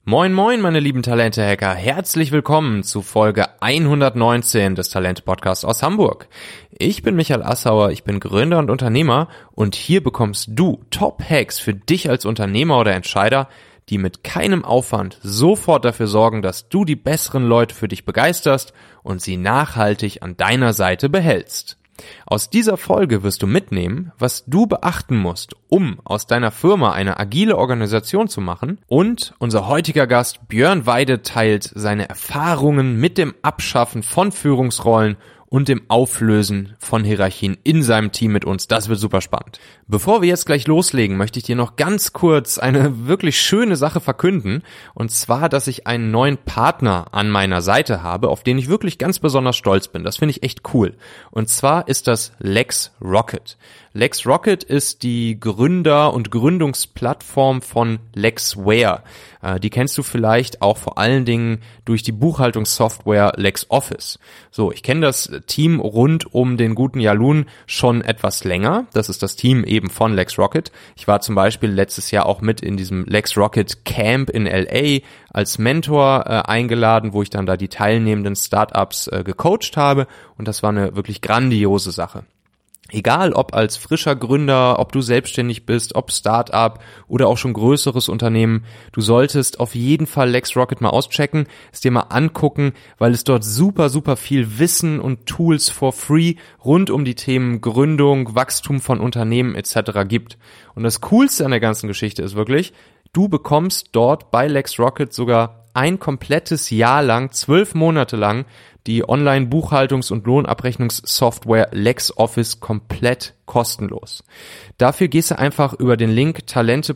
Moin moin, meine lieben Talente-Hacker. Herzlich willkommen zu Folge 119 des Talente-Podcasts aus Hamburg. Ich bin Michael Assauer, ich bin Gründer und Unternehmer und hier bekommst du Top-Hacks für dich als Unternehmer oder Entscheider, die mit keinem Aufwand sofort dafür sorgen, dass du die besseren Leute für dich begeisterst und sie nachhaltig an deiner Seite behältst. Aus dieser Folge wirst du mitnehmen, was du beachten musst, um aus deiner Firma eine agile Organisation zu machen. Und unser heutiger Gast Björn Weide teilt seine Erfahrungen mit dem Abschaffen von Führungsrollen und dem Auflösen von Hierarchien in seinem Team mit uns. Das wird super spannend. Bevor wir jetzt gleich loslegen, möchte ich dir noch ganz kurz eine wirklich schöne Sache verkünden. Und zwar, dass ich einen neuen Partner an meiner Seite habe, auf den ich wirklich ganz besonders stolz bin. Das finde ich echt cool. Und zwar ist das LexRocket. LexRocket ist die Gründer- und Gründungsplattform von Lexware. Die kennst du vielleicht auch vor allen Dingen durch die Buchhaltungssoftware LexOffice. So, ich kenne das Team rund um den guten Jalun schon etwas länger. Das ist das Team eben von LexRocket. Ich war zum Beispiel letztes Jahr auch mit in diesem LexRocket Camp in LA als Mentor eingeladen, wo ich dann da die teilnehmenden Startups gecoacht habe. Und das war eine wirklich grandiose Sache. Egal, ob als frischer Gründer, ob du selbstständig bist, ob Startup oder auch schon größeres Unternehmen, du solltest auf jeden Fall LexRocket mal auschecken, es dir mal angucken, weil es dort super, super viel Wissen und Tools for free rund um die Themen Gründung, Wachstum von Unternehmen etc. gibt. Und das Coolste an der ganzen Geschichte ist wirklich, du bekommst dort bei LexRocket sogar ein komplettes Jahr lang, 12 Monate lang, die Online-Buchhaltungs- und Lohnabrechnungssoftware LexOffice komplett kostenlos. Dafür gehst du einfach über den Link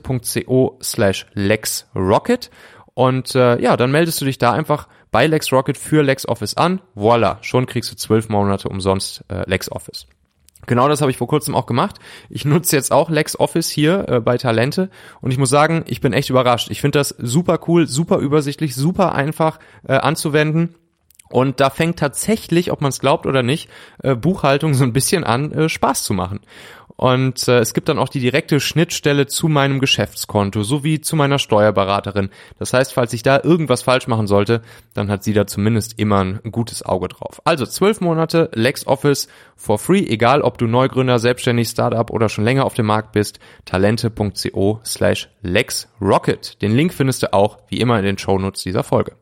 talente.co/LexRocket und dann meldest du dich da einfach bei LexRocket für LexOffice an. Voila, schon kriegst du 12 Monate umsonst LexOffice. Genau das habe ich vor kurzem auch gemacht. Ich nutze jetzt auch LexOffice hier bei Talente und ich muss sagen, ich bin echt überrascht. Ich finde das super cool, super übersichtlich, super einfach anzuwenden. Und da fängt tatsächlich, ob man es glaubt oder nicht, Buchhaltung so ein bisschen an, Spaß zu machen. Und es gibt dann auch die direkte Schnittstelle zu meinem Geschäftskonto sowie zu meiner Steuerberaterin. Das heißt, falls ich da irgendwas falsch machen sollte, dann hat sie da zumindest immer ein gutes Auge drauf. Also 12 Monate LexOffice for free, egal ob du Neugründer, selbstständig, Startup oder schon länger auf dem Markt bist. talente.co/LexRocket. Den Link findest du auch wie immer in den Shownotes dieser Folge.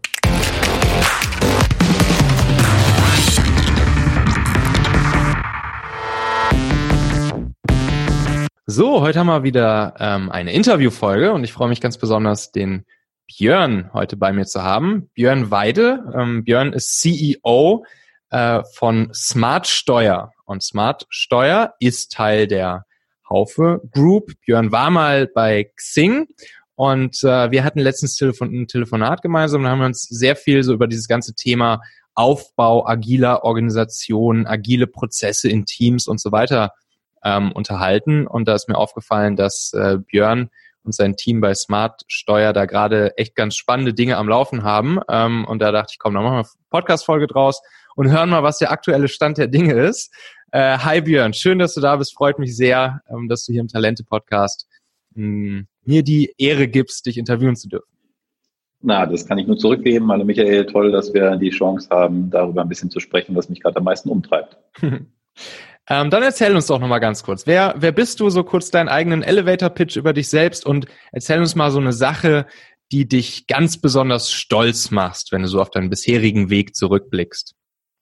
So, heute haben wir wieder eine Interviewfolge und ich freue mich ganz besonders, den Björn heute bei mir zu haben. Björn Weide. Björn ist CEO von SmartSteuer und SmartSteuer ist Teil der Haufe Group. Björn war mal bei Xing und wir hatten letztens ein Telefonat gemeinsam und haben uns sehr viel so über dieses ganze Thema Aufbau agiler Organisationen, agile Prozesse in Teams und so weiter unterhalten und da ist mir aufgefallen, dass Björn und sein Team bei SmartSteuer da gerade echt ganz spannende Dinge am Laufen haben und da dachte ich, komm, dann machen wir eine Podcast-Folge draus und hören mal, was der aktuelle Stand der Dinge ist. Hi Björn, schön, dass du da bist, freut mich sehr, dass du hier im Talente-Podcast mir die Ehre gibst, dich interviewen zu dürfen. Na, das kann ich nur zurückgeben. Hallo Michael, toll, dass wir die Chance haben, darüber ein bisschen zu sprechen, was mich gerade am meisten umtreibt. Dann erzähl uns doch nochmal ganz kurz. Wer bist du? So kurz deinen eigenen Elevator-Pitch über dich selbst und erzähl uns mal so eine Sache, die dich ganz besonders stolz macht, wenn du so auf deinen bisherigen Weg zurückblickst.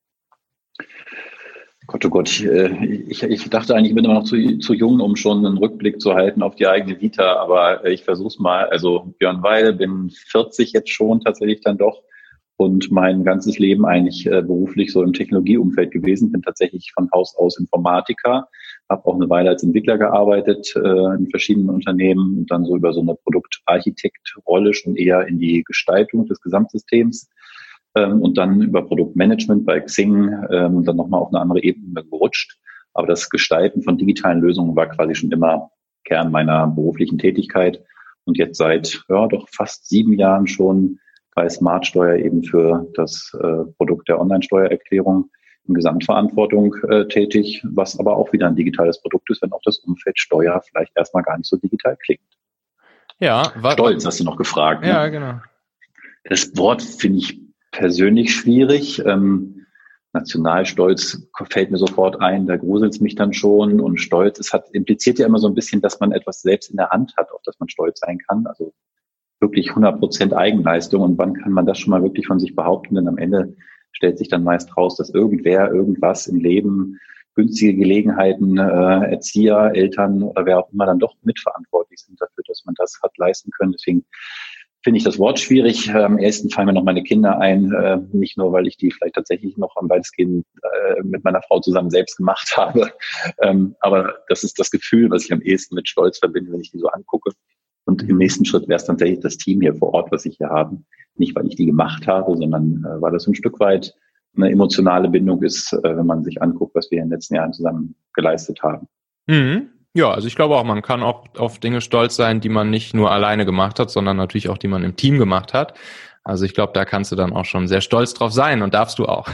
Gott, oh Gott, ich dachte eigentlich, ich bin immer noch zu jung, um schon einen Rückblick zu halten auf die eigene Vita, aber ich versuch's mal. Also Björn Weide, bin 40 jetzt schon tatsächlich dann doch. Und mein ganzes Leben eigentlich beruflich so im Technologieumfeld gewesen. Bin tatsächlich von Haus aus Informatiker, habe auch eine Weile als Entwickler gearbeitet in verschiedenen Unternehmen und dann so über so eine Produktarchitekt-Rolle schon eher in die Gestaltung des Gesamtsystems und dann über Produktmanagement bei Xing dann nochmal auf eine andere Ebene gerutscht. Aber das Gestalten von digitalen Lösungen war quasi schon immer Kern meiner beruflichen Tätigkeit und jetzt seit doch fast 7 Jahren schon bei SmartSteuer eben für das Produkt der Online-Steuererklärung in Gesamtverantwortung tätig, was aber auch wieder ein digitales Produkt ist, wenn auch das Umfeld Steuer vielleicht erstmal gar nicht so digital klingt. Ja, Stolz hast du noch gefragt. Ja, ne? genau. Das Wort finde ich persönlich schwierig. Nationalstolz fällt mir sofort ein, da gruselt es mich dann schon. Und Stolz, impliziert ja immer so ein bisschen, dass man etwas selbst in der Hand hat, auf das man stolz sein kann. Also wirklich 100% Eigenleistung. Und wann kann man das schon mal wirklich von sich behaupten? Denn am Ende stellt sich dann meist raus, dass irgendwer irgendwas im Leben, günstige Gelegenheiten, Erzieher, Eltern oder wer auch immer dann doch mitverantwortlich sind dafür, dass man das hat leisten können. Deswegen finde ich das Wort schwierig. Am ersten fallen mir noch meine Kinder ein, nicht nur, weil ich die vielleicht tatsächlich noch am weitestgehend mit meiner Frau zusammen selbst gemacht habe, aber das ist das Gefühl, was ich am ehesten mit Stolz verbinde, wenn ich die so angucke. Und im nächsten Schritt wäre es dann tatsächlich das Team hier vor Ort, was ich hier habe. Nicht, weil ich die gemacht habe, sondern weil das ein Stück weit eine emotionale Bindung ist, wenn man sich anguckt, was wir in den letzten Jahren zusammen geleistet haben. Mhm. Ja, also ich glaube auch, man kann auch auf Dinge stolz sein, die man nicht nur alleine gemacht hat, sondern natürlich auch, die man im Team gemacht hat. Also ich glaube, da kannst du dann auch schon sehr stolz drauf sein und darfst du auch.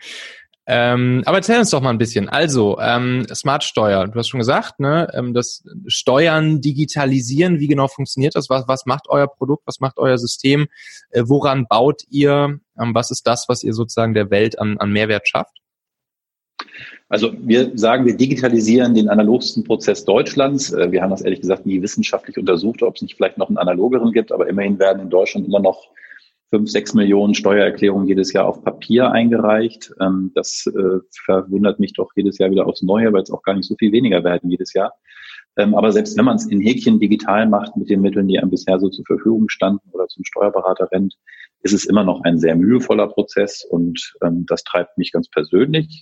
Aber erzähl uns doch mal ein bisschen. Also, Smart Steuer, du hast schon gesagt, ne, das Steuern, Digitalisieren, wie genau funktioniert das? Was macht euer Produkt? Was macht euer System? Woran baut ihr? Was ist das, was ihr sozusagen der Welt an Mehrwert schafft? Also wir sagen, wir digitalisieren den analogsten Prozess Deutschlands. Wir haben das ehrlich gesagt nie wissenschaftlich untersucht, ob es nicht vielleicht noch einen analogeren gibt, aber immerhin werden in Deutschland immer noch 5-6 Millionen Steuererklärungen jedes Jahr auf Papier eingereicht. Das verwundert mich doch jedes Jahr wieder aufs Neue, weil es auch gar nicht so viel weniger werden jedes Jahr. Aber selbst wenn man es in Häkchen digital macht mit den Mitteln, die einem bisher so zur Verfügung standen oder zum Steuerberater rennt, ist es immer noch ein sehr mühevoller Prozess und das treibt mich ganz persönlich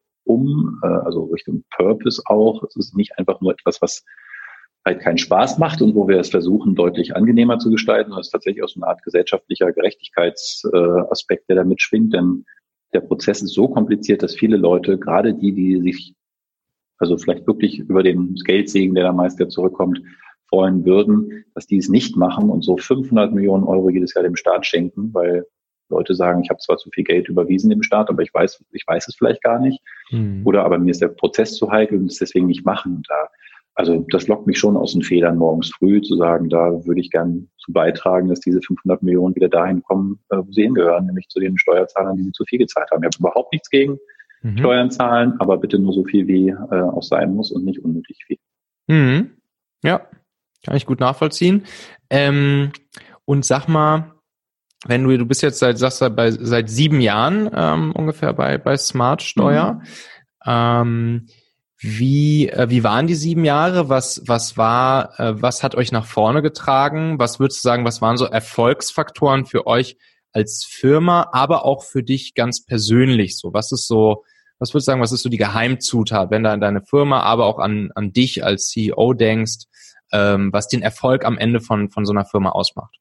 also Richtung Purpose auch. Es ist nicht einfach nur etwas, was halt keinen Spaß macht und wo wir es versuchen, deutlich angenehmer zu gestalten. Das ist tatsächlich auch so eine Art gesellschaftlicher Gerechtigkeitsaspekt, der da mitschwingt, denn der Prozess ist so kompliziert, dass viele Leute, gerade die sich also vielleicht wirklich über den Geldsegen, der da meist ja zurückkommt, freuen würden, dass die es nicht machen und so 500 Millionen Euro jedes Jahr dem Staat schenken, weil Leute sagen, ich habe zwar zu viel Geld überwiesen dem Staat, aber ich weiß es vielleicht gar nicht. Oder aber mir ist der Prozess zu heikel und es deswegen nicht machen. Also das lockt mich schon aus den Federn morgens früh, zu sagen, da würde ich gern zu beitragen, dass diese 500 Millionen wieder dahin kommen, wo sie hingehören, nämlich zu den Steuerzahlern, die sie zu viel gezahlt haben. Ich habe überhaupt nichts gegen Steuern zahlen, aber bitte nur so viel, wie auch sein muss und nicht unnötig viel. Mhm. Ja, kann ich gut nachvollziehen. Und sag mal, wenn du bist jetzt seit 7 Jahren ungefähr bei Smart Steuer. Wie waren die 7 Jahre? Was hat euch nach vorne getragen? Was würdest du sagen, was waren so Erfolgsfaktoren für euch als Firma, aber auch für dich ganz persönlich so? Was würdest du sagen, was ist so die Geheimzutat, wenn du an deine Firma, aber auch an dich als CEO denkst, was den Erfolg am Ende von so einer Firma ausmacht?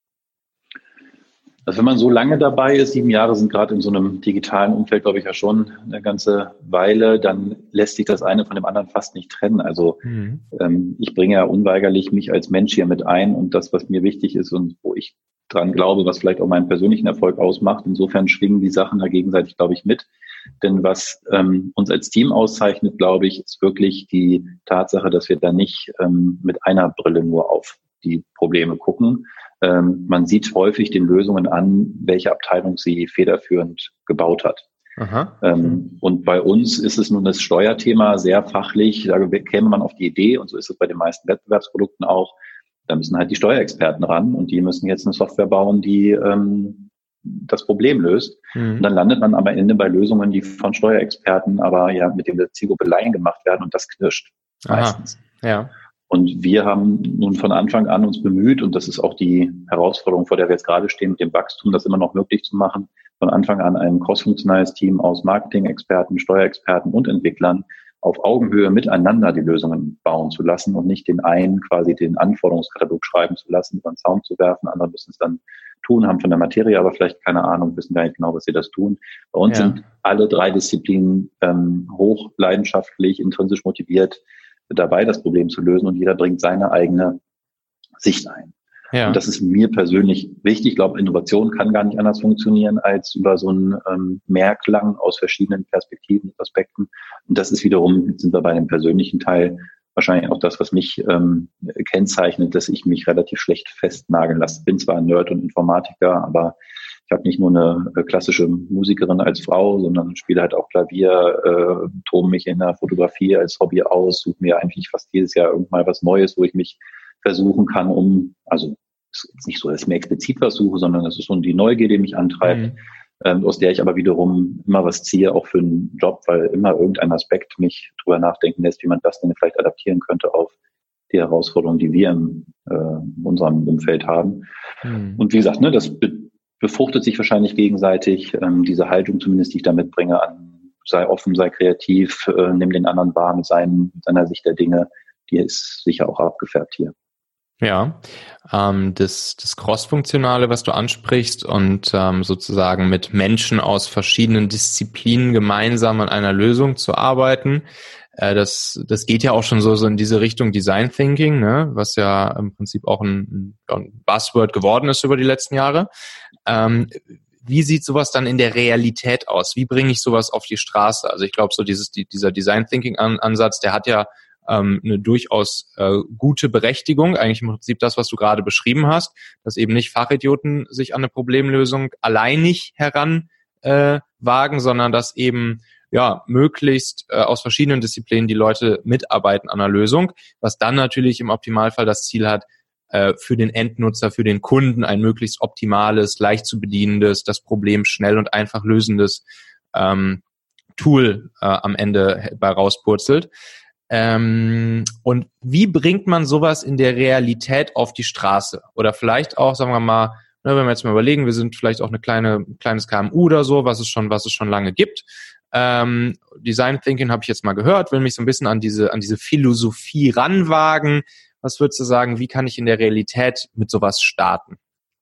Also wenn man so lange dabei ist, 7 Jahre sind gerade in so einem digitalen Umfeld, glaube ich, ja schon eine ganze Weile, dann lässt sich das eine von dem anderen fast nicht trennen. Also ich bringe ja unweigerlich mich als Mensch hier mit ein und das, was mir wichtig ist und wo ich dran glaube, was vielleicht auch meinen persönlichen Erfolg ausmacht. Insofern schwingen die Sachen da gegenseitig, glaube ich, mit. Denn was uns als Team auszeichnet, glaube ich, ist wirklich die Tatsache, dass wir da nicht mit einer Brille nur auf die Probleme gucken. Man sieht häufig den Lösungen an, welche Abteilung sie federführend gebaut hat. Und bei uns ist es nun das Steuerthema sehr fachlich. Da käme man auf die Idee, und so ist es bei den meisten Wettbewerbsprodukten auch, da müssen halt die Steuerexperten ran und die müssen jetzt eine Software bauen, die das Problem löst. Und dann landet man am Ende bei Lösungen, die von Steuerexperten aber ja mit dem Zielgruppe Laien gemacht werden und das knirscht meistens. Ja. Und wir haben nun von Anfang an uns bemüht, und das ist auch die Herausforderung, vor der wir jetzt gerade stehen, mit dem Wachstum, das immer noch möglich zu machen, von Anfang an ein crossfunktionales Team aus Marketing-Experten, Steuerexperten und Entwicklern auf Augenhöhe miteinander die Lösungen bauen zu lassen und nicht den einen quasi den Anforderungskatalog schreiben zu lassen, über den Zaun zu werfen. Andere müssen es dann tun, haben von der Materie aber vielleicht keine Ahnung, wissen gar nicht genau, was sie das tun. Bei uns sind alle 3 Disziplinen hoch leidenschaftlich, intrinsisch motiviert dabei, das Problem zu lösen und jeder bringt seine eigene Sicht ein. Ja. Und das ist mir persönlich wichtig. Ich glaube, Innovation kann gar nicht anders funktionieren als über so einen Mehrklang aus verschiedenen Perspektiven und Aspekten. Und das ist wiederum, jetzt sind wir bei dem persönlichen Teil, wahrscheinlich auch das, was mich kennzeichnet, dass ich mich relativ schlecht festnageln lasse. Bin zwar ein Nerd und Informatiker, aber ich habe nicht nur eine klassische Musikerin als Frau, sondern spiele halt auch Klavier, tobe mich in der Fotografie als Hobby aus, suche mir eigentlich fast jedes Jahr irgendwann was Neues, wo ich mich versuchen kann, also es ist nicht so, dass ich mir explizit was suche, sondern das ist so die Neugier, die mich antreibt, aus der ich aber wiederum immer was ziehe, auch für einen Job, weil immer irgendein Aspekt mich drüber nachdenken lässt, wie man das denn vielleicht adaptieren könnte auf die Herausforderungen, die wir in unserem Umfeld haben. Und wie gesagt, das befruchtet sich wahrscheinlich gegenseitig, diese Haltung zumindest, die ich da mitbringe, sei offen, sei kreativ, nimm den anderen wahr mit seiner Sicht der Dinge, die ist sicher auch abgefärbt hier. Ja, das Cross-Funktionale, was du ansprichst und sozusagen mit Menschen aus verschiedenen Disziplinen gemeinsam an einer Lösung zu arbeiten, das geht ja auch schon so in diese Richtung Design Thinking, ne, was ja im Prinzip auch ein Buzzword geworden ist über die letzten Jahre. Wie sieht sowas dann in der Realität aus? Wie bringe ich sowas auf die Straße? Also ich glaube, so dieser Design Thinking Ansatz, der hat ja eine durchaus gute Berechtigung, eigentlich im Prinzip das, was du gerade beschrieben hast, dass eben nicht Fachidioten sich an eine Problemlösung alleinig wagen, sondern dass eben möglichst aus verschiedenen Disziplinen die Leute mitarbeiten an einer Lösung, was dann natürlich im Optimalfall das Ziel hat, für den Endnutzer, für den Kunden ein möglichst optimales, leicht zu bedienendes, das Problem schnell und einfach lösendes Tool am Ende bei rauspurzelt. Und wie bringt man sowas in der Realität auf die Straße? Oder vielleicht auch, sagen wir mal, wenn wir jetzt mal überlegen, wir sind vielleicht auch kleines KMU oder so, was es schon lange gibt. Design Thinking habe ich jetzt mal gehört, will mich so ein bisschen an diese Philosophie ranwagen. Was würdest du sagen, wie kann ich in der Realität mit sowas starten?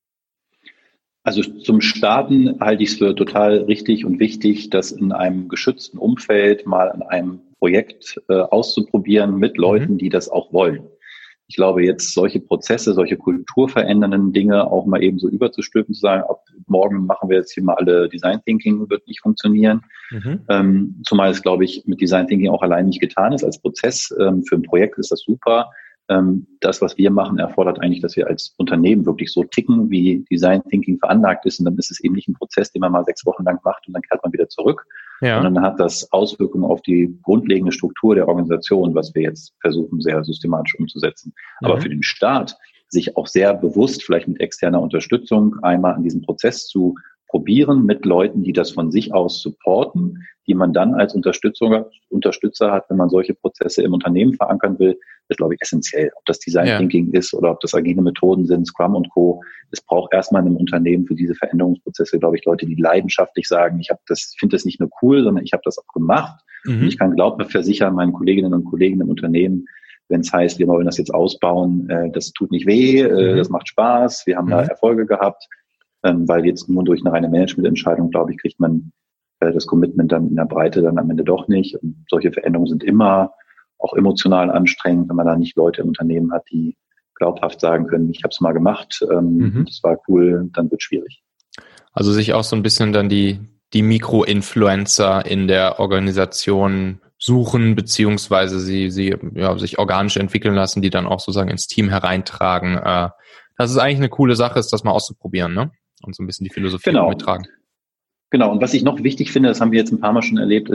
Also zum Starten halte ich es für total richtig und wichtig, das in einem geschützten Umfeld mal an einem Projekt auszuprobieren mit Leuten, die das auch wollen. Ich glaube, jetzt solche Prozesse, solche kulturverändernden Dinge auch mal eben so überzustülpen, zu sagen, ab morgen machen wir jetzt hier mal alle Design Thinking, wird nicht funktionieren. Zumal es, glaube ich, mit Design Thinking auch allein nicht getan ist. Als Prozess für ein Projekt ist das super. Das, was wir machen, erfordert eigentlich, dass wir als Unternehmen wirklich so ticken, wie Design Thinking veranlagt ist. Und dann ist es eben nicht ein Prozess, den man mal 6 Wochen lang macht und dann kehrt man wieder zurück, sondern dann hat das Auswirkungen auf die grundlegende Struktur der Organisation, was wir jetzt versuchen, sehr systematisch umzusetzen. Aber für den Start, sich auch sehr bewusst, vielleicht mit externer Unterstützung, einmal an diesem Prozess zu probieren mit Leuten, die das von sich aus supporten, die man dann als Unterstützer hat, wenn man solche Prozesse im Unternehmen verankern will, ist, glaube ich, essentiell. Ob das Design Thinking ist oder ob das agile Methoden sind, Scrum und Co. Es braucht erstmal in einem Unternehmen für diese Veränderungsprozesse, glaube ich, Leute, die leidenschaftlich sagen, ich finde das nicht nur cool, sondern ich habe das auch gemacht. Und ich kann glaubhaft versichern, meinen Kolleginnen und Kollegen im Unternehmen, wenn es heißt, wir wollen das jetzt ausbauen, das tut nicht weh, das macht Spaß, wir haben da Erfolge gehabt. Weil jetzt nur durch eine reine Managemententscheidung, glaube ich, kriegt man das Commitment dann in der Breite dann am Ende doch nicht. Und solche Veränderungen sind immer auch emotional anstrengend, wenn man da nicht Leute im Unternehmen hat, die glaubhaft sagen können, ich habe es mal gemacht, das war cool, dann wird es schwierig. Also sich auch so ein bisschen dann die Mikro-Influencer in der Organisation suchen, beziehungsweise sie sich organisch entwickeln lassen, die dann auch sozusagen ins Team hereintragen. Das ist eigentlich eine coole Sache, ist das mal auszuprobieren, ne? Und so ein bisschen die Philosophie mittragen. Genau. Und was ich noch wichtig finde, das haben wir jetzt ein paar Mal schon erlebt,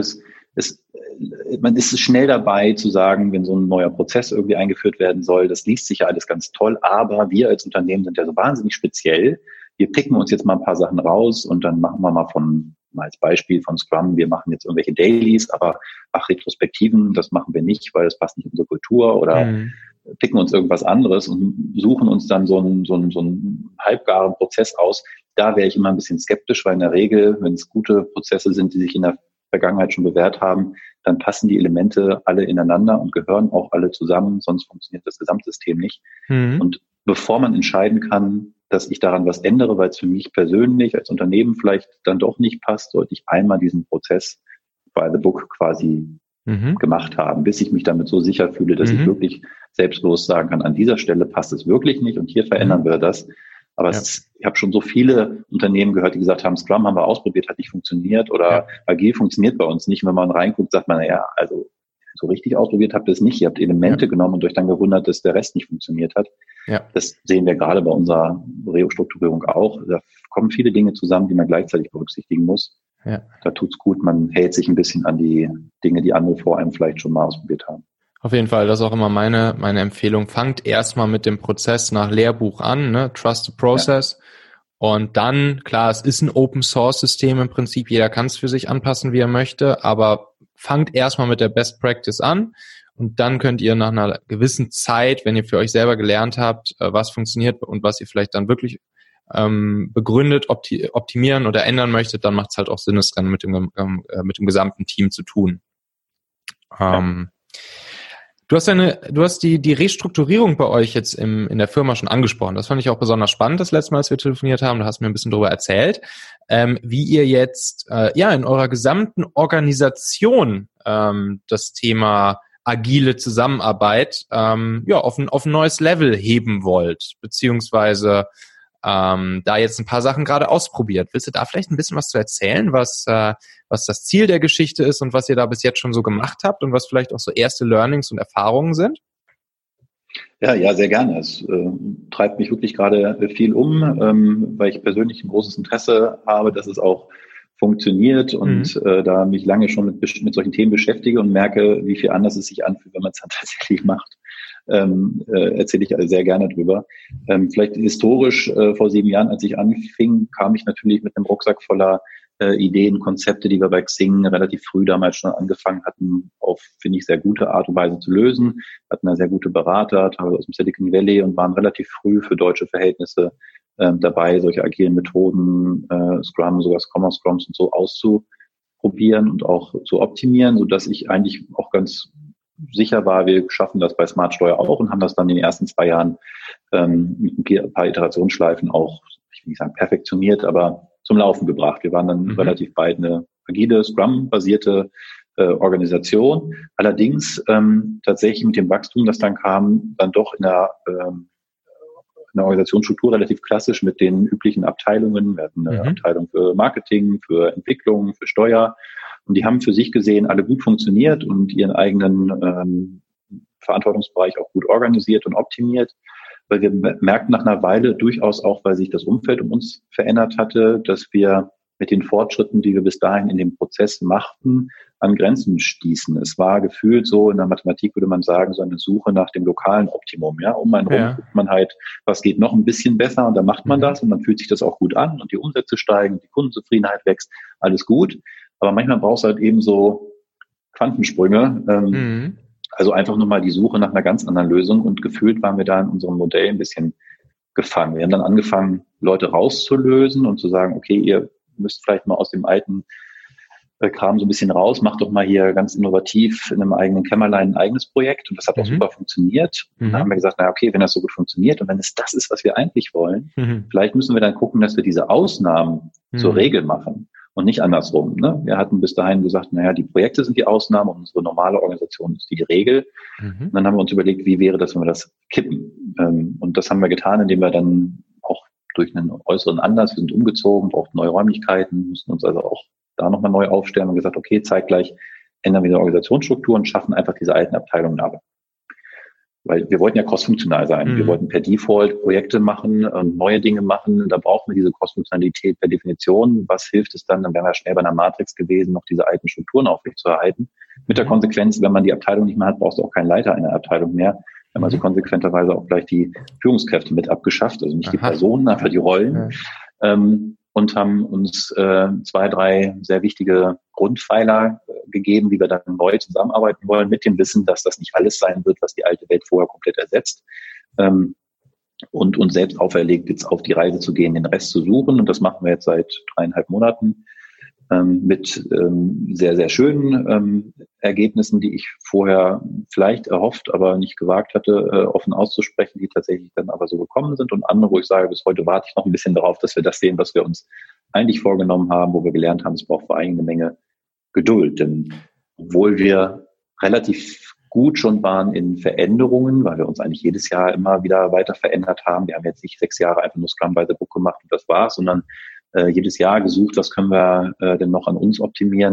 man ist schnell dabei zu sagen, wenn so ein neuer Prozess irgendwie eingeführt werden soll, das liest sich ja alles ganz toll, aber wir als Unternehmen sind ja so wahnsinnig speziell. Wir picken uns jetzt mal ein paar Sachen raus und dann machen wir mal als Beispiel von Scrum, wir machen jetzt irgendwelche Dailies, aber Retrospektiven, das machen wir nicht, weil das passt nicht in unsere Kultur oder picken uns irgendwas anderes und suchen uns dann so einen halbgaren Prozess aus. Da wäre ich immer ein bisschen skeptisch, weil in der Regel, wenn es gute Prozesse sind, die sich in der Vergangenheit schon bewährt haben, dann passen die Elemente alle ineinander und gehören auch alle zusammen, sonst funktioniert das Gesamtsystem nicht. Und bevor man entscheiden kann, dass ich daran was ändere, weil es für mich persönlich als Unternehmen vielleicht dann doch nicht passt, sollte ich einmal diesen Prozess by the book quasi gemacht haben, bis ich mich damit so sicher fühle, dass ich wirklich selbstlos sagen kann, an dieser Stelle passt es wirklich nicht und hier verändern wir das. Aber ich habe schon so viele Unternehmen gehört, die gesagt haben, Scrum haben wir ausprobiert, hat nicht funktioniert oder Agil funktioniert bei uns nicht. Wenn man reinguckt, sagt man, also so richtig ausprobiert habt ihr es nicht. Ihr habt Elemente genommen und euch dann gewundert, dass der Rest nicht funktioniert hat. Ja. Das sehen wir gerade bei unserer Restrukturierung auch. Da kommen viele Dinge zusammen, die man gleichzeitig berücksichtigen muss. Ja. Da tut's gut, man hält sich ein bisschen an die Dinge, die andere vor einem vielleicht schon mal ausprobiert haben. Auf jeden Fall, das ist auch immer meine Empfehlung. Fangt erstmal mit dem Prozess nach Lehrbuch an, ne? Trust the process. Ja. Und dann, klar, es ist ein Open-Source-System im Prinzip. Jeder kann es für sich anpassen, wie er möchte. Aber fangt erstmal mit der Best Practice an. Und dann könnt ihr nach einer gewissen Zeit, wenn ihr für euch selber gelernt habt, was funktioniert und was ihr vielleicht dann wirklich begründet, optimieren oder ändern möchtet, dann macht es halt auch Sinn, es dann mit dem gesamten Team zu tun. Du hast die Restrukturierung bei euch jetzt in der Firma schon angesprochen. Das fand ich auch besonders spannend, das letzte Mal, als wir telefoniert haben. Da hast du mir ein bisschen darüber erzählt, wie ihr jetzt in eurer gesamten Organisation das Thema agile Zusammenarbeit auf ein neues Level heben wollt, beziehungsweise da jetzt ein paar Sachen gerade ausprobiert. Willst du da vielleicht ein bisschen was zu erzählen, was das Ziel der Geschichte ist und was ihr da bis jetzt schon so gemacht habt und was vielleicht auch so erste Learnings und Erfahrungen sind? Ja, sehr gerne. Es treibt mich wirklich gerade viel weil ich persönlich ein großes Interesse habe, dass es auch funktioniert und da mich lange schon mit solchen Themen beschäftige und merke, wie viel anders es sich anfühlt, wenn man es dann tatsächlich macht. Erzähle ich sehr gerne drüber. Vielleicht historisch, vor 7 Jahren, als ich anfing, kam ich natürlich mit einem Rucksack voller Ideen, Konzepte, die wir bei Xing relativ früh damals schon angefangen hatten, auf, finde ich, sehr gute Art und Weise zu lösen. Wir hatten da sehr gute Berater, teilweise aus dem Silicon Valley, und waren relativ früh für deutsche Verhältnisse dabei, solche agilen Methoden, Scrum, sogar Scrums und so auszuprobieren und auch zu optimieren, sodass ich eigentlich auch ganz sicher war, wir schaffen das bei Smart Steuer auch, und haben das dann in den ersten 2 Jahren mit ein paar Iterationsschleifen auch, ich will nicht sagen perfektioniert, aber zum Laufen gebracht. Wir waren dann relativ bald eine agile, Scrum-basierte Organisation. Allerdings tatsächlich mit dem Wachstum, das dann kam, dann doch in der Organisationsstruktur relativ klassisch mit den üblichen Abteilungen. Wir hatten eine Abteilung für Marketing, für Entwicklung, für Steuer. Und die haben für sich gesehen alle gut funktioniert und ihren eigenen Verantwortungsbereich auch gut organisiert und optimiert. Weil wir merkten nach einer Weile durchaus auch, weil sich das Umfeld um uns verändert hatte, dass wir mit den Fortschritten, die wir bis dahin in dem Prozess machten, an Grenzen stießen. Es war gefühlt so, in der Mathematik würde man sagen, so eine Suche nach dem lokalen Optimum. Ja, um einen rum guckt man halt, was geht noch ein bisschen besser, und dann macht man das und dann fühlt sich das auch gut an und die Umsätze steigen, die Kundenzufriedenheit wächst, alles gut. Aber manchmal brauchst du halt eben so Quantensprünge. Also einfach nur mal die Suche nach einer ganz anderen Lösung, und gefühlt waren wir da in unserem Modell ein bisschen gefangen. Wir haben dann angefangen, Leute rauszulösen und zu sagen, okay, ihr müsst vielleicht mal aus dem alten Kram so ein bisschen raus, macht doch mal hier ganz innovativ in einem eigenen Kämmerlein ein eigenes Projekt, und das hat auch super funktioniert. Und dann haben wir gesagt, okay, wenn das so gut funktioniert und wenn es das ist, was wir eigentlich wollen, vielleicht müssen wir dann gucken, dass wir diese Ausnahmen zur Regel machen. Und nicht andersrum. Ne? Wir hatten bis dahin gesagt, die Projekte sind die Ausnahme und unsere normale Organisation ist die Regel. Und dann haben wir uns überlegt, wie wäre das, wenn wir das kippen? Und das haben wir getan, indem wir dann auch durch einen äußeren Anlass, wir sind umgezogen, brauchten neue Räumlichkeiten, mussten uns also auch da nochmal neu aufstellen und gesagt, okay, zeitgleich ändern wir die Organisationsstruktur und schaffen einfach diese alten Abteilungen ab. Weil wir wollten ja crossfunktional sein. Wir wollten per Default Projekte machen und neue Dinge machen. Da brauchen wir diese Crossfunktionalität per Definition. Was hilft es dann? Dann wären wir schnell bei einer Matrix gewesen, noch diese alten Strukturen aufrechtzuerhalten. Mit der Konsequenz, wenn man die Abteilung nicht mehr hat, brauchst du auch keinen Leiter einer Abteilung mehr. Wir haben also konsequenterweise auch gleich die Führungskräfte mit abgeschafft. Also nicht die Personen, einfach die Rollen. Und haben uns 2, 3 sehr wichtige Grundpfeiler gegeben, wie wir dann neu zusammenarbeiten wollen, mit dem Wissen, dass das nicht alles sein wird, was die alte Welt vorher komplett ersetzt. Und uns selbst auferlegt, jetzt auf die Reise zu gehen, den Rest zu suchen. Und das machen wir jetzt seit 3,5 Monaten mit sehr, sehr schönen Ergebnissen, die ich vorher vielleicht erhofft, aber nicht gewagt hatte, offen auszusprechen, die tatsächlich dann aber so gekommen sind. Und andere, wo ich sage, bis heute warte ich noch ein bisschen darauf, dass wir das sehen, was wir uns eigentlich vorgenommen haben, wo wir gelernt haben, es braucht vor allem eine Menge Geduld. Denn obwohl wir relativ gut schon waren in Veränderungen, weil wir uns eigentlich jedes Jahr immer wieder weiter verändert haben. Wir haben jetzt nicht 6 Jahre einfach nur Scrum by the Book gemacht und das war's, sondern jedes Jahr gesucht, was können wir denn noch an uns optimieren,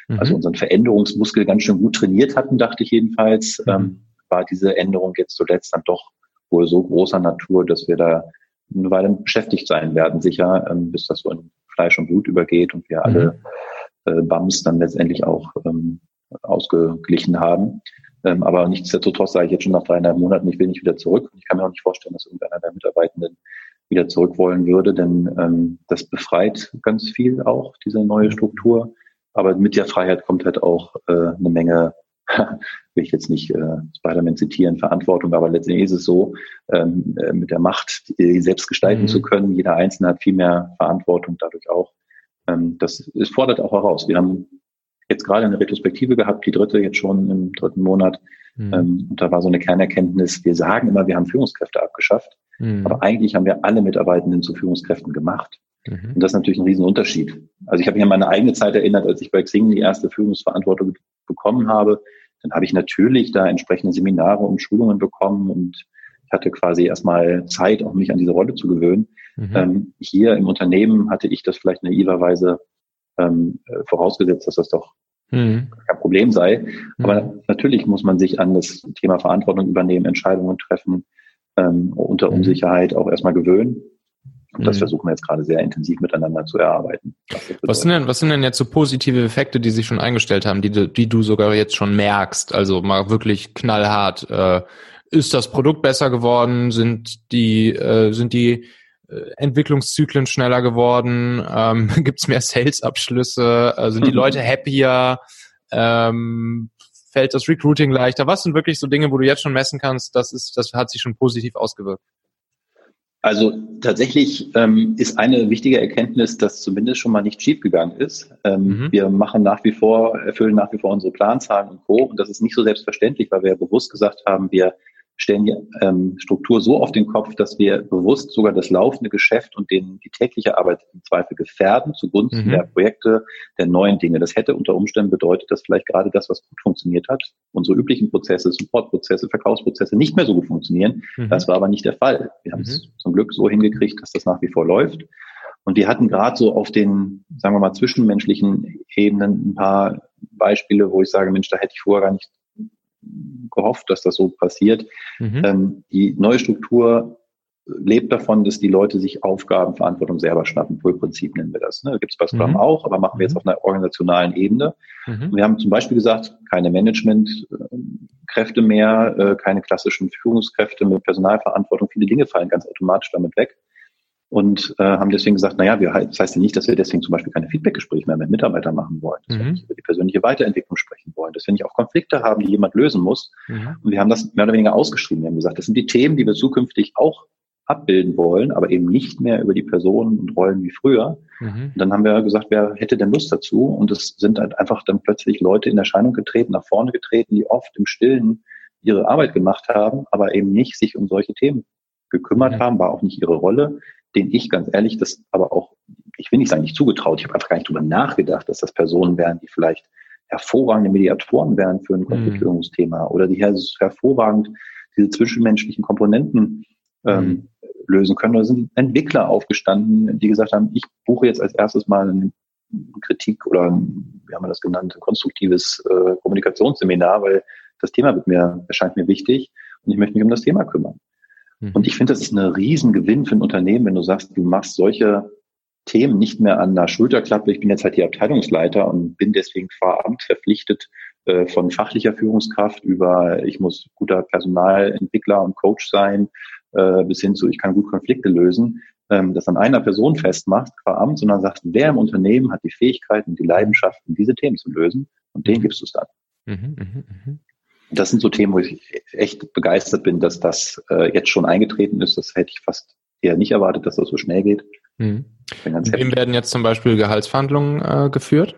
also unseren Veränderungsmuskel ganz schön gut trainiert hatten, dachte ich jedenfalls, war diese Änderung jetzt zuletzt dann doch wohl so großer Natur, dass wir da eine Weile beschäftigt sein werden, sicher, bis das so in Fleisch und Blut übergeht und wir alle BAMs dann letztendlich auch ausgeglichen haben. Aber nichtsdestotrotz sage ich jetzt schon nach 3,5 Monaten, ich will nicht wieder zurück. Ich kann mir auch nicht vorstellen, dass irgendeiner der Mitarbeitenden wieder zurück wollen würde, denn das befreit ganz viel auch, diese neue Struktur. Aber mit der Freiheit kommt halt auch eine Menge, will ich jetzt nicht Spider-Man zitieren, Verantwortung, aber letztendlich ist es so, mit der Macht selbst gestalten zu können. Jeder Einzelne hat viel mehr Verantwortung dadurch auch. Es fordert auch heraus. Wir haben jetzt gerade eine Retrospektive gehabt, die dritte, jetzt schon im 3. Monat. Und da war so eine Kernerkenntnis, wir sagen immer, wir haben Führungskräfte abgeschafft, aber eigentlich haben wir alle Mitarbeitenden zu Führungskräften gemacht. Und das ist natürlich ein Riesenunterschied. Also ich habe mich an meine eigene Zeit erinnert, als ich bei Xing die erste Führungsverantwortung bekommen habe, dann habe ich natürlich da entsprechende Seminare und Schulungen bekommen und ich hatte quasi erstmal Zeit, auch mich an diese Rolle zu gewöhnen. Hier im Unternehmen hatte ich das vielleicht naiverweise vorausgesetzt, dass das doch kein Problem sei. Aber natürlich muss man sich an das Thema Verantwortung übernehmen, Entscheidungen treffen, unter Unsicherheit auch erstmal gewöhnen. Und das versuchen wir jetzt gerade sehr intensiv miteinander zu erarbeiten. Was sind denn jetzt so positive Effekte, die sich schon eingestellt haben, die du sogar jetzt schon merkst? Also mal wirklich knallhart. Ist das Produkt besser geworden? Sind die Entwicklungszyklen schneller geworden? Gibt es mehr Sales-Abschlüsse? Sind die Leute happier? Fällt das Recruiting leichter? Was sind wirklich so Dinge, wo du jetzt schon messen kannst, das hat sich schon positiv ausgewirkt? Also tatsächlich ist eine wichtige Erkenntnis, dass zumindest schon mal nicht schiefgegangen ist. Wir erfüllen nach wie vor unsere Planzahlen und Co. Und das ist nicht so selbstverständlich, weil wir ja bewusst gesagt haben, wir stellen die Struktur so auf den Kopf, dass wir bewusst sogar das laufende Geschäft und die tägliche Arbeit im Zweifel gefährden zugunsten der Projekte, der neuen Dinge. Das hätte unter Umständen bedeutet, dass vielleicht gerade das, was gut funktioniert hat, unsere üblichen Prozesse, Supportprozesse, Verkaufsprozesse nicht mehr so gut funktionieren. Das war aber nicht der Fall. Wir haben es zum Glück so hingekriegt, dass das nach wie vor läuft. Und wir hatten gerade so auf den, sagen wir mal, zwischenmenschlichen Ebenen ein paar Beispiele, wo ich sage, Mensch, da hätte ich vorher gar nicht gehofft, dass das so passiert. Die neue Struktur lebt davon, dass die Leute sich Aufgaben, Verantwortung selber schnappen. Pull-Prinzip nennen wir das. Gibt es bei Scrum auch, aber machen wir jetzt auf einer organisationalen Ebene. Und wir haben zum Beispiel gesagt, keine Managementkräfte mehr, keine klassischen Führungskräfte mit Personalverantwortung. Viele Dinge fallen ganz automatisch damit weg. Und haben deswegen gesagt, das heißt ja nicht, dass wir deswegen zum Beispiel keine Feedbackgespräche mehr mit Mitarbeitern machen wollen, dass wir nicht über die persönliche Weiterentwicklung sprechen wollen, dass wir nicht auch Konflikte haben, die jemand lösen muss. Und wir haben das mehr oder weniger ausgeschrieben. Wir haben gesagt, das sind die Themen, die wir zukünftig auch abbilden wollen, aber eben nicht mehr über die Personen und Rollen wie früher. Und dann haben wir gesagt, wer hätte denn Lust dazu? Und es sind halt einfach dann plötzlich Leute in Erscheinung getreten, nach vorne getreten, die oft im Stillen ihre Arbeit gemacht haben, aber eben nicht sich um solche Themen gekümmert haben, war auch nicht ihre Rolle, den ich ganz ehrlich das aber auch, ich will nicht sagen, nicht zugetraut, ich habe einfach gar nicht drüber nachgedacht, dass das Personen wären, die vielleicht hervorragende Mediatoren wären für ein Konfliktlösungsthema oder die hervorragend diese zwischenmenschlichen Komponenten lösen können. Da sind Entwickler aufgestanden, die gesagt haben, ich buche jetzt als erstes mal eine Kritik oder, wie haben wir das genannt, ein konstruktives Kommunikationsseminar, weil das Thema erscheint mir wichtig und ich möchte mich um das Thema kümmern. Und ich finde, das ist ein Riesengewinn für ein Unternehmen, wenn du sagst, du machst solche Themen nicht mehr an der Schulterklappe. Ich bin jetzt halt hier Abteilungsleiter und bin deswegen qua Amt verpflichtet, von fachlicher Führungskraft über, ich muss guter Personalentwickler und Coach sein, bis hin zu, ich kann gut Konflikte lösen, das an einer Person festmacht, qua Amt, sondern sagst, wer im Unternehmen hat die Fähigkeiten, die Leidenschaften, diese Themen zu lösen und denen gibst du es dann. Das sind so Themen, wo ich echt begeistert bin, dass das jetzt schon eingetreten ist. Das hätte ich fast eher nicht erwartet, dass das so schnell geht. Wem werden jetzt zum Beispiel Gehaltsverhandlungen geführt?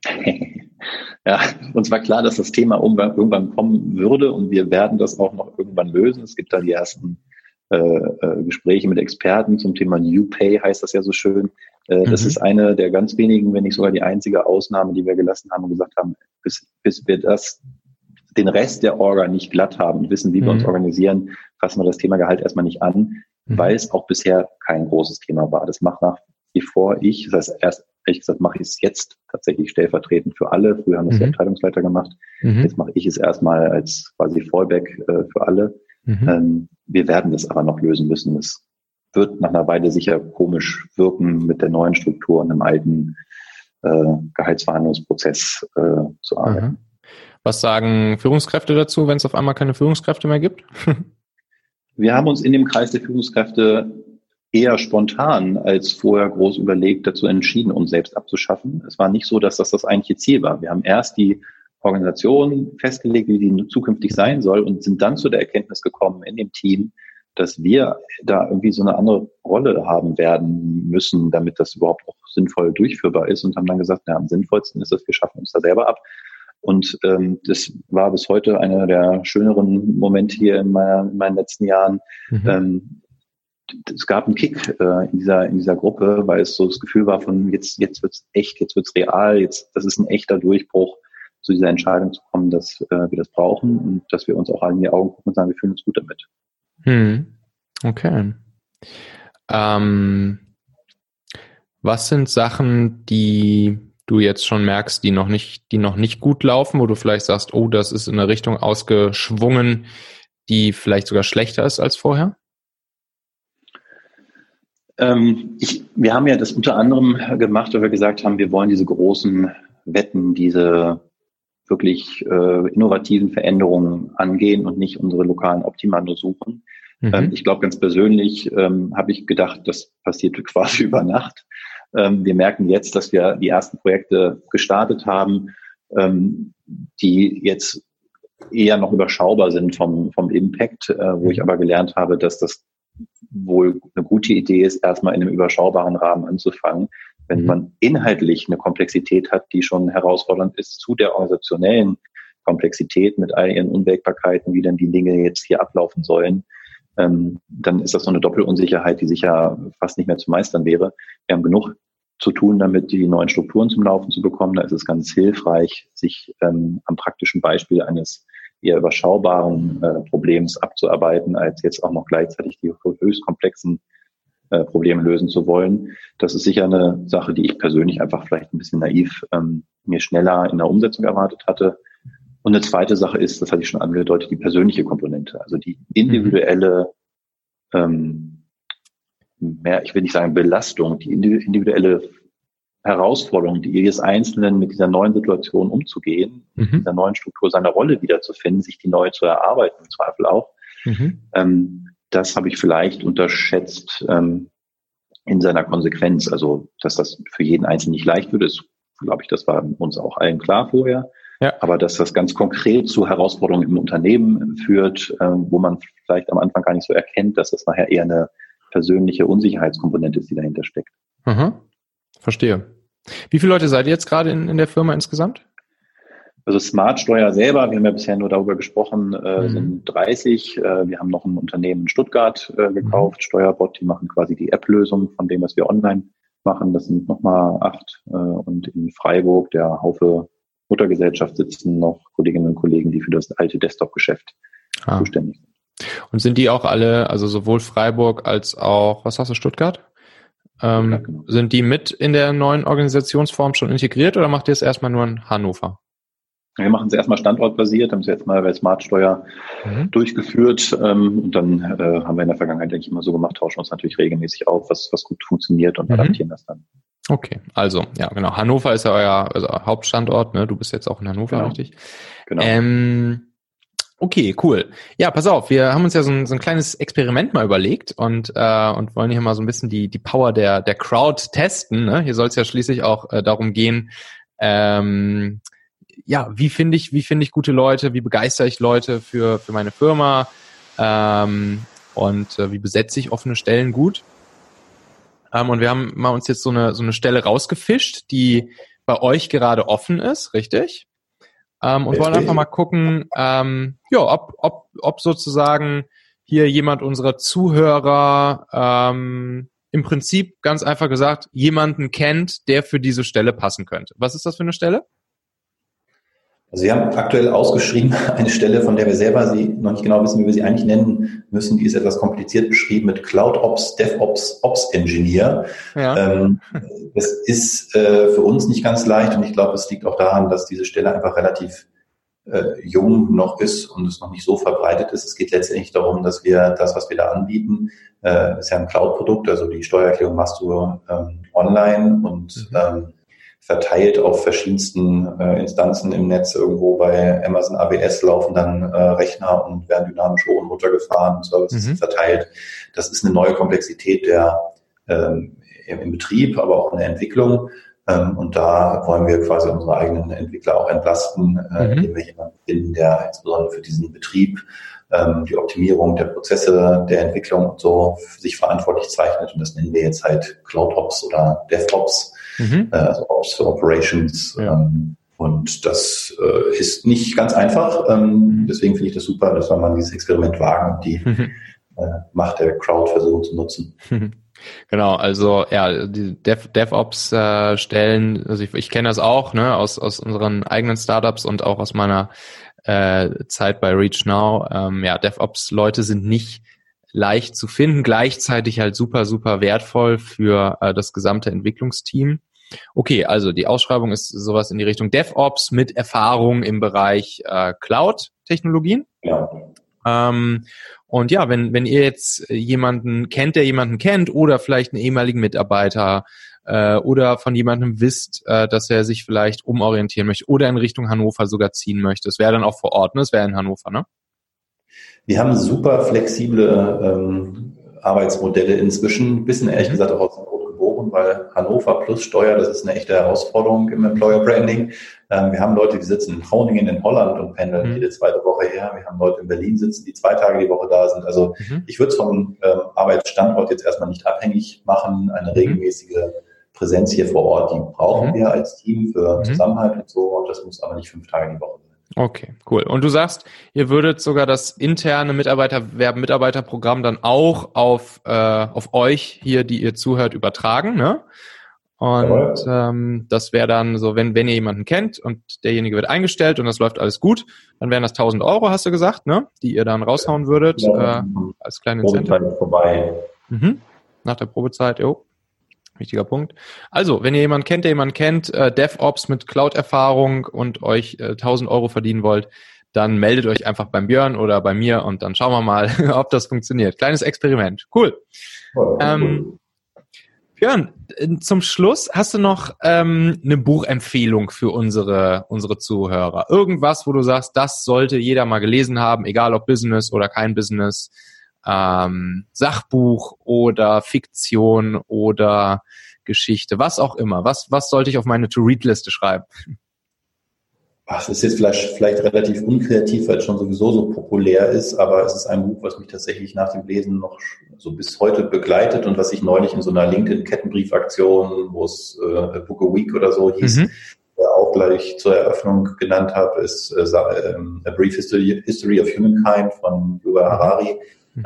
Ja, uns war klar, dass das Thema irgendwann kommen würde und wir werden das auch noch irgendwann lösen. Es gibt da die ersten Gespräche mit Experten zum Thema New Pay, heißt das ja so schön. Das ist eine der ganz wenigen, wenn nicht sogar die einzige Ausnahme, die wir gelassen haben und gesagt haben, bis wir den Rest der Orga nicht glatt haben und wissen, wie wir uns organisieren, fassen wir das Thema Gehalt erstmal nicht an, weil es auch bisher kein großes Thema war. Das macht nach wie vor das heißt ehrlich gesagt mache ich es jetzt tatsächlich stellvertretend für alle. Früher haben das die Abteilungsleiter gemacht. Jetzt mache ich es erstmal als quasi Fallback für alle. Wir werden das aber noch lösen müssen. Es wird nach einer Weile sicher komisch wirken, mit der neuen Struktur und einem alten Gehaltsverhandlungsprozess zu arbeiten. Was sagen Führungskräfte dazu, wenn es auf einmal keine Führungskräfte mehr gibt? Wir haben uns in dem Kreis der Führungskräfte eher spontan als vorher groß überlegt dazu entschieden, uns selbst abzuschaffen. Es war nicht so, dass das eigentliche Ziel war. Wir haben erst die Organisation festgelegt, wie die zukünftig sein soll und sind dann zu der Erkenntnis gekommen in dem Team, dass wir da irgendwie so eine andere Rolle haben werden müssen, damit das überhaupt auch sinnvoll durchführbar ist und haben dann gesagt, am sinnvollsten ist es, wir schaffen uns da selber ab. Und das war bis heute einer der schöneren Momente hier in meinen letzten Jahren. Es gab einen Kick in dieser Gruppe, weil es so das Gefühl war von jetzt wird's echt, jetzt wird's real, das ist ein echter Durchbruch, zu dieser Entscheidung zu kommen, dass wir das brauchen und dass wir uns auch alle in die Augen gucken und sagen, wir fühlen uns gut damit. Okay. Was sind Sachen, die du jetzt schon merkst, die noch nicht gut laufen, wo du vielleicht sagst, oh, das ist in eine Richtung ausgeschwungen, die vielleicht sogar schlechter ist als vorher? Wir haben ja das unter anderem gemacht, weil wir gesagt haben, wir wollen diese großen Wetten, diese wirklich innovativen Veränderungen angehen und nicht unsere lokalen Optima nur suchen. Ich glaube, ganz persönlich habe ich gedacht, das passiert quasi über Nacht. Wir merken jetzt, dass wir die ersten Projekte gestartet haben, die jetzt eher noch überschaubar sind vom Impact, wo ich aber gelernt habe, dass das wohl eine gute Idee ist, erstmal in einem überschaubaren Rahmen anzufangen. Wenn man inhaltlich eine Komplexität hat, die schon herausfordernd ist, zu der organisationellen Komplexität mit all ihren Unwägbarkeiten, wie dann die Dinge jetzt hier ablaufen sollen, dann ist das so eine Doppelunsicherheit, die sicher fast nicht mehr zu meistern wäre. Wir haben genug zu tun, damit die neuen Strukturen zum Laufen zu bekommen. Da ist es ganz hilfreich, sich am praktischen Beispiel eines eher überschaubaren Problems abzuarbeiten, als jetzt auch noch gleichzeitig die höchst komplexen Probleme lösen zu wollen. Das ist sicher eine Sache, die ich persönlich einfach vielleicht ein bisschen naiv mir schneller in der Umsetzung erwartet hatte. Und eine zweite Sache ist, das hatte ich schon angedeutet, die persönliche Komponente, also die individuelle, ich will nicht sagen Belastung, die individuelle Herausforderung, die jedes Einzelnen mit dieser neuen Situation umzugehen, mit dieser neuen Struktur seiner Rolle wiederzufinden, sich die neu zu erarbeiten, im Zweifel auch. Das habe ich vielleicht unterschätzt in seiner Konsequenz. Also, dass das für jeden Einzelnen nicht leicht wird, ist, glaube ich, das war uns auch allen klar vorher. Ja. Aber dass das ganz konkret zu Herausforderungen im Unternehmen führt, wo man vielleicht am Anfang gar nicht so erkennt, dass das nachher eher eine persönliche Unsicherheitskomponente ist, die dahinter steckt. Verstehe. Wie viele Leute seid ihr jetzt gerade in der Firma insgesamt? Also Smart-Steuer selber, wir haben ja bisher nur darüber gesprochen, sind 30. Wir haben noch ein Unternehmen in Stuttgart gekauft, Steuerbot, die machen quasi die App-Lösung von dem, was wir online machen. Das sind nochmal 8. Und in Freiburg, der Haufe Muttergesellschaft, sitzen noch Kolleginnen und Kollegen, die für das alte Desktop-Geschäft zuständig sind. Und sind die auch alle, also sowohl Freiburg als auch, was hast du, Stuttgart? Genau. Sind die mit in der neuen Organisationsform schon integriert oder macht ihr es erstmal nur in Hannover? Wir machen es erstmal standortbasiert, haben es jetzt mal bei Smart-Steuer durchgeführt und dann haben wir in der Vergangenheit eigentlich immer so gemacht, tauschen uns natürlich regelmäßig auf, was gut funktioniert und adaptieren das dann. Okay, also ja genau, Hannover ist ja euer Hauptstandort, ne? Du bist jetzt auch in Hannover, genau. Richtig? Genau. Okay, cool. Ja, pass auf, wir haben uns ja so ein kleines Experiment mal überlegt und wollen hier mal so ein bisschen die Power der Crowd testen. Ne? Hier soll es ja schließlich auch darum gehen, wie finde ich gute Leute, wie begeistere ich Leute für meine Firma und wie besetze ich offene Stellen gut. Und wir haben mal uns jetzt so eine Stelle rausgefischt, die bei euch gerade offen ist, richtig? Und wollen einfach mal gucken, ob sozusagen hier jemand unserer Zuhörer im Prinzip ganz einfach gesagt jemanden kennt, der für diese Stelle passen könnte. Was ist das für eine Stelle? Also wir haben aktuell ausgeschrieben eine Stelle, von der wir selber noch nicht genau wissen, wie wir sie eigentlich nennen müssen. Die ist etwas kompliziert beschrieben mit Cloud Ops, DevOps, Ops Engineer. Ja. Das ist für uns nicht ganz leicht und ich glaube, es liegt auch daran, dass diese Stelle einfach relativ jung noch ist und es noch nicht so verbreitet ist. Es geht letztendlich darum, dass wir das, was wir da anbieten, ist ja ein Cloud-Produkt, also die Steuererklärung machst du online und verteilt auf verschiedensten Instanzen im Netz. Irgendwo bei Amazon AWS laufen dann Rechner und werden dynamisch hoch und runter gefahren und Services verteilt. Das ist eine neue Komplexität im Betrieb, aber auch in der Entwicklung. Und da wollen wir quasi unsere eigenen Entwickler auch entlasten, indem wir jemanden finden, der insbesondere für diesen Betrieb die Optimierung der Prozesse, der Entwicklung und so für sich verantwortlich zeichnet. Und das nennen wir jetzt halt Cloud Ops oder DevOps, also Ops für Operations. Ja. Und das ist nicht ganz einfach. Deswegen finde ich das super, dass man dieses Experiment wagen und die Macht der Crowd versuchen zu nutzen. Genau, also ja, die DevOps Stellen, also ich kenne das auch, ne, aus unseren eigenen Startups und auch aus meiner Zeit bei ReachNow. Ja, DevOps Leute sind nicht leicht zu finden, gleichzeitig halt super, super wertvoll für das gesamte Entwicklungsteam. Okay, also die Ausschreibung ist sowas in die Richtung DevOps mit Erfahrung im Bereich Cloud-Technologien. Ja. Und ja, wenn ihr jetzt jemanden kennt, der jemanden kennt oder vielleicht einen ehemaligen Mitarbeiter oder von jemandem wisst, dass er sich vielleicht umorientieren möchte oder in Richtung Hannover sogar ziehen möchte. Es wäre dann auch vor Ort, ne? Es wäre in Hannover, ne? Wir haben super flexible Arbeitsmodelle inzwischen, ein bisschen ehrlich gesagt auch aus dem Brot geboren, weil Hannover plus Steuer, das ist eine echte Herausforderung im Employer Branding. Wir haben Leute, die sitzen in Groningen in Holland und pendeln jede zweite Woche her. Wir haben Leute in Berlin sitzen, die 2 Tage die Woche da sind. Also ich würde es vom Arbeitsstandort jetzt erstmal nicht abhängig machen. Eine regelmäßige Präsenz hier vor Ort, die brauchen wir als Team für Zusammenhalt und so. Und das muss aber nicht 5 Tage die Woche sein. Okay, cool. Und du sagst, ihr würdet sogar das interne Mitarbeiterprogramm dann auch auf euch hier, die ihr zuhört, übertragen, ne? Und das wäre dann so, wenn ihr jemanden kennt und derjenige wird eingestellt und das läuft alles gut, dann wären das 1.000 Euro, hast du gesagt, ne? Die ihr dann raushauen würdet als kleine Incentive. Probezeit vorbei. Nach der Probezeit, wichtiger Punkt. Also, wenn ihr jemanden kennt, DevOps mit Cloud-Erfahrung und euch 1.000 Euro verdienen wollt, dann meldet euch einfach beim Björn oder bei mir und dann schauen wir mal, ob das funktioniert. Kleines Experiment. Cool. Björn, zum Schluss hast du noch eine Buchempfehlung für unsere Zuhörer. Irgendwas, wo du sagst, das sollte jeder mal gelesen haben, egal ob Business oder kein Business. Sachbuch oder Fiktion oder Geschichte, was auch immer. Was sollte ich auf meine To-Read-Liste schreiben? Es ist jetzt vielleicht relativ unkreativ, weil es schon sowieso so populär ist, aber es ist ein Buch, was mich tatsächlich nach dem Lesen noch so bis heute begleitet und was ich neulich in so einer LinkedIn-Kettenbriefaktion, wo es A Book a Week oder so hieß, auch gleich zur Eröffnung genannt habe, ist A Brief History of Humankind von Yuval Harari.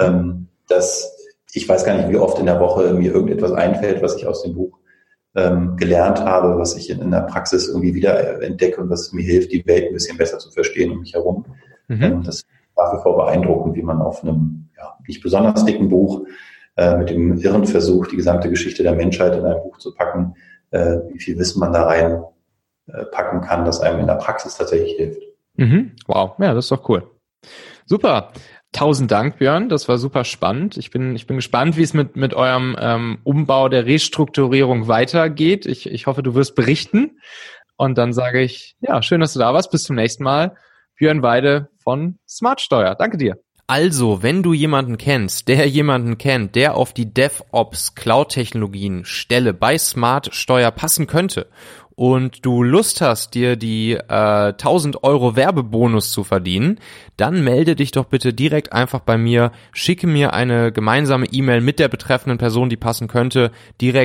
Ich weiß gar nicht, wie oft in der Woche mir irgendetwas einfällt, was ich aus dem Buch gelernt habe, was ich in der Praxis irgendwie wieder entdecke und was mir hilft, die Welt ein bisschen besser zu verstehen um mich herum. Das ist nach wie vor beeindruckend, wie man auf einem nicht besonders dicken Buch mit dem irren Versuch, die gesamte Geschichte der Menschheit in ein Buch zu packen, wie viel Wissen man da rein packen kann, das einem in der Praxis tatsächlich hilft. Wow, ja, das ist doch cool. Super. 1000 Dank, Björn. Das war super spannend. Ich bin gespannt, wie es mit eurem Umbau der Restrukturierung weitergeht. Ich hoffe, du wirst berichten. Und dann sage ich, ja, schön, dass du da warst. Bis zum nächsten Mal. Björn Weide von Smartsteuer. Danke dir. Also, wenn du jemanden kennst, der auf die DevOps Cloud-Technologien Stelle bei Smartsteuer passen könnte und du Lust hast, dir die 1.000 Euro Werbebonus zu verdienen, dann melde dich doch bitte direkt einfach bei mir, schicke mir eine gemeinsame E-Mail mit der betreffenden Person, die passen könnte, direkt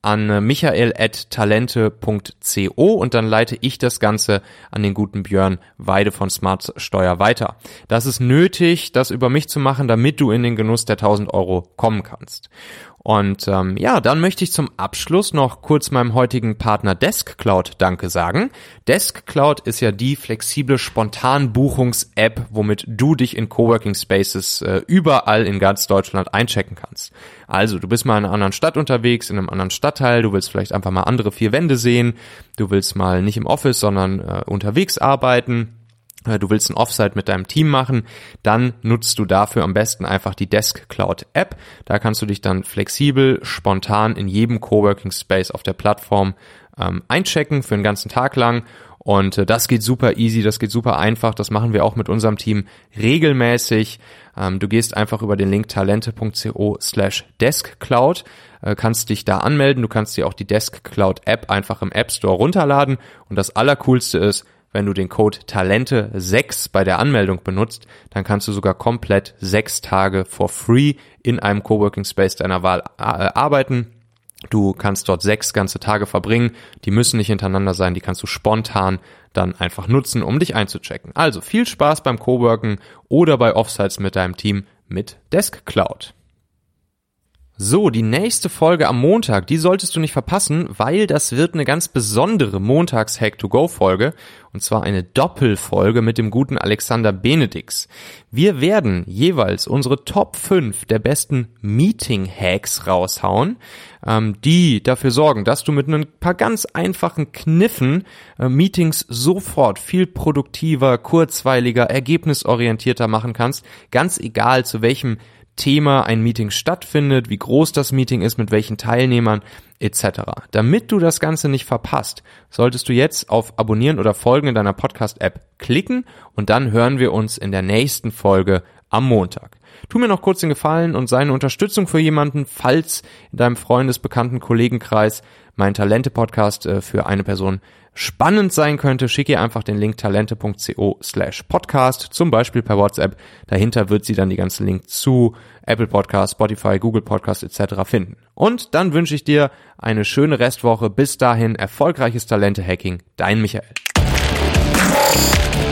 an michael@talente.co und dann leite ich das Ganze an den guten Björn Weide von Smartsteuer weiter. Das ist nötig, das über mich zu machen, damit du in den Genuss der 1.000 Euro kommen kannst. Und dann möchte ich zum Abschluss noch kurz meinem heutigen Partner DeskCloud Danke sagen. DeskCloud ist ja die flexible Spontanbuchungs-App, womit du dich in Coworking Spaces überall in ganz Deutschland einchecken kannst. Also, du bist mal in einer anderen Stadt unterwegs, in einem anderen Stadtteil, du willst vielleicht einfach mal andere 4 Wände sehen, du willst mal nicht im Office, sondern unterwegs arbeiten. Du willst ein Offsite mit deinem Team machen, dann nutzt du dafür am besten einfach die DeskCloud App. Da kannst du dich dann flexibel, spontan in jedem Coworking Space auf der Plattform einchecken für einen ganzen Tag lang. Und das geht super easy, das geht super einfach. Das machen wir auch mit unserem Team regelmäßig. Du gehst einfach über den Link talente.co/deskcloud, kannst dich da anmelden. Du kannst dir auch die DeskCloud App einfach im App Store runterladen. Und das Allercoolste ist, wenn du den Code Talente6 bei der Anmeldung benutzt, dann kannst du sogar komplett 6 Tage for free in einem Coworking Space deiner Wahl arbeiten. Du kannst dort 6 ganze Tage verbringen. Die müssen nicht hintereinander sein, die kannst du spontan dann einfach nutzen, um dich einzuchecken. Also viel Spaß beim Coworken oder bei Offsites mit deinem Team mit DeskCloud. So, die nächste Folge am Montag, die solltest du nicht verpassen, weil das wird eine ganz besondere Montags-Hack-to-Go-Folge, und zwar eine Doppelfolge mit dem guten Alexander Benedix. Wir werden jeweils unsere Top 5 der besten Meeting-Hacks raushauen, die dafür sorgen, dass du mit ein paar ganz einfachen Kniffen Meetings sofort viel produktiver, kurzweiliger, ergebnisorientierter machen kannst, ganz egal zu welchem Thema ein Meeting stattfindet, wie groß das Meeting ist, mit welchen Teilnehmern etc. Damit du das Ganze nicht verpasst, solltest du jetzt auf Abonnieren oder Folgen in deiner Podcast-App klicken und dann hören wir uns in der nächsten Folge am Montag. Tu mir noch kurz den Gefallen und sei eine Unterstützung für jemanden, falls in deinem Freundes-, Bekannten-, Kollegenkreis mein Talente-Podcast für eine Person spannend sein könnte, schicke ihr einfach den Link talente.co/podcast, zum Beispiel per WhatsApp. Dahinter wird sie dann die ganzen Links zu Apple Podcast, Spotify, Google Podcast etc. finden. Und dann wünsche ich dir eine schöne Restwoche. Bis dahin erfolgreiches Talente-Hacking. Dein Michael.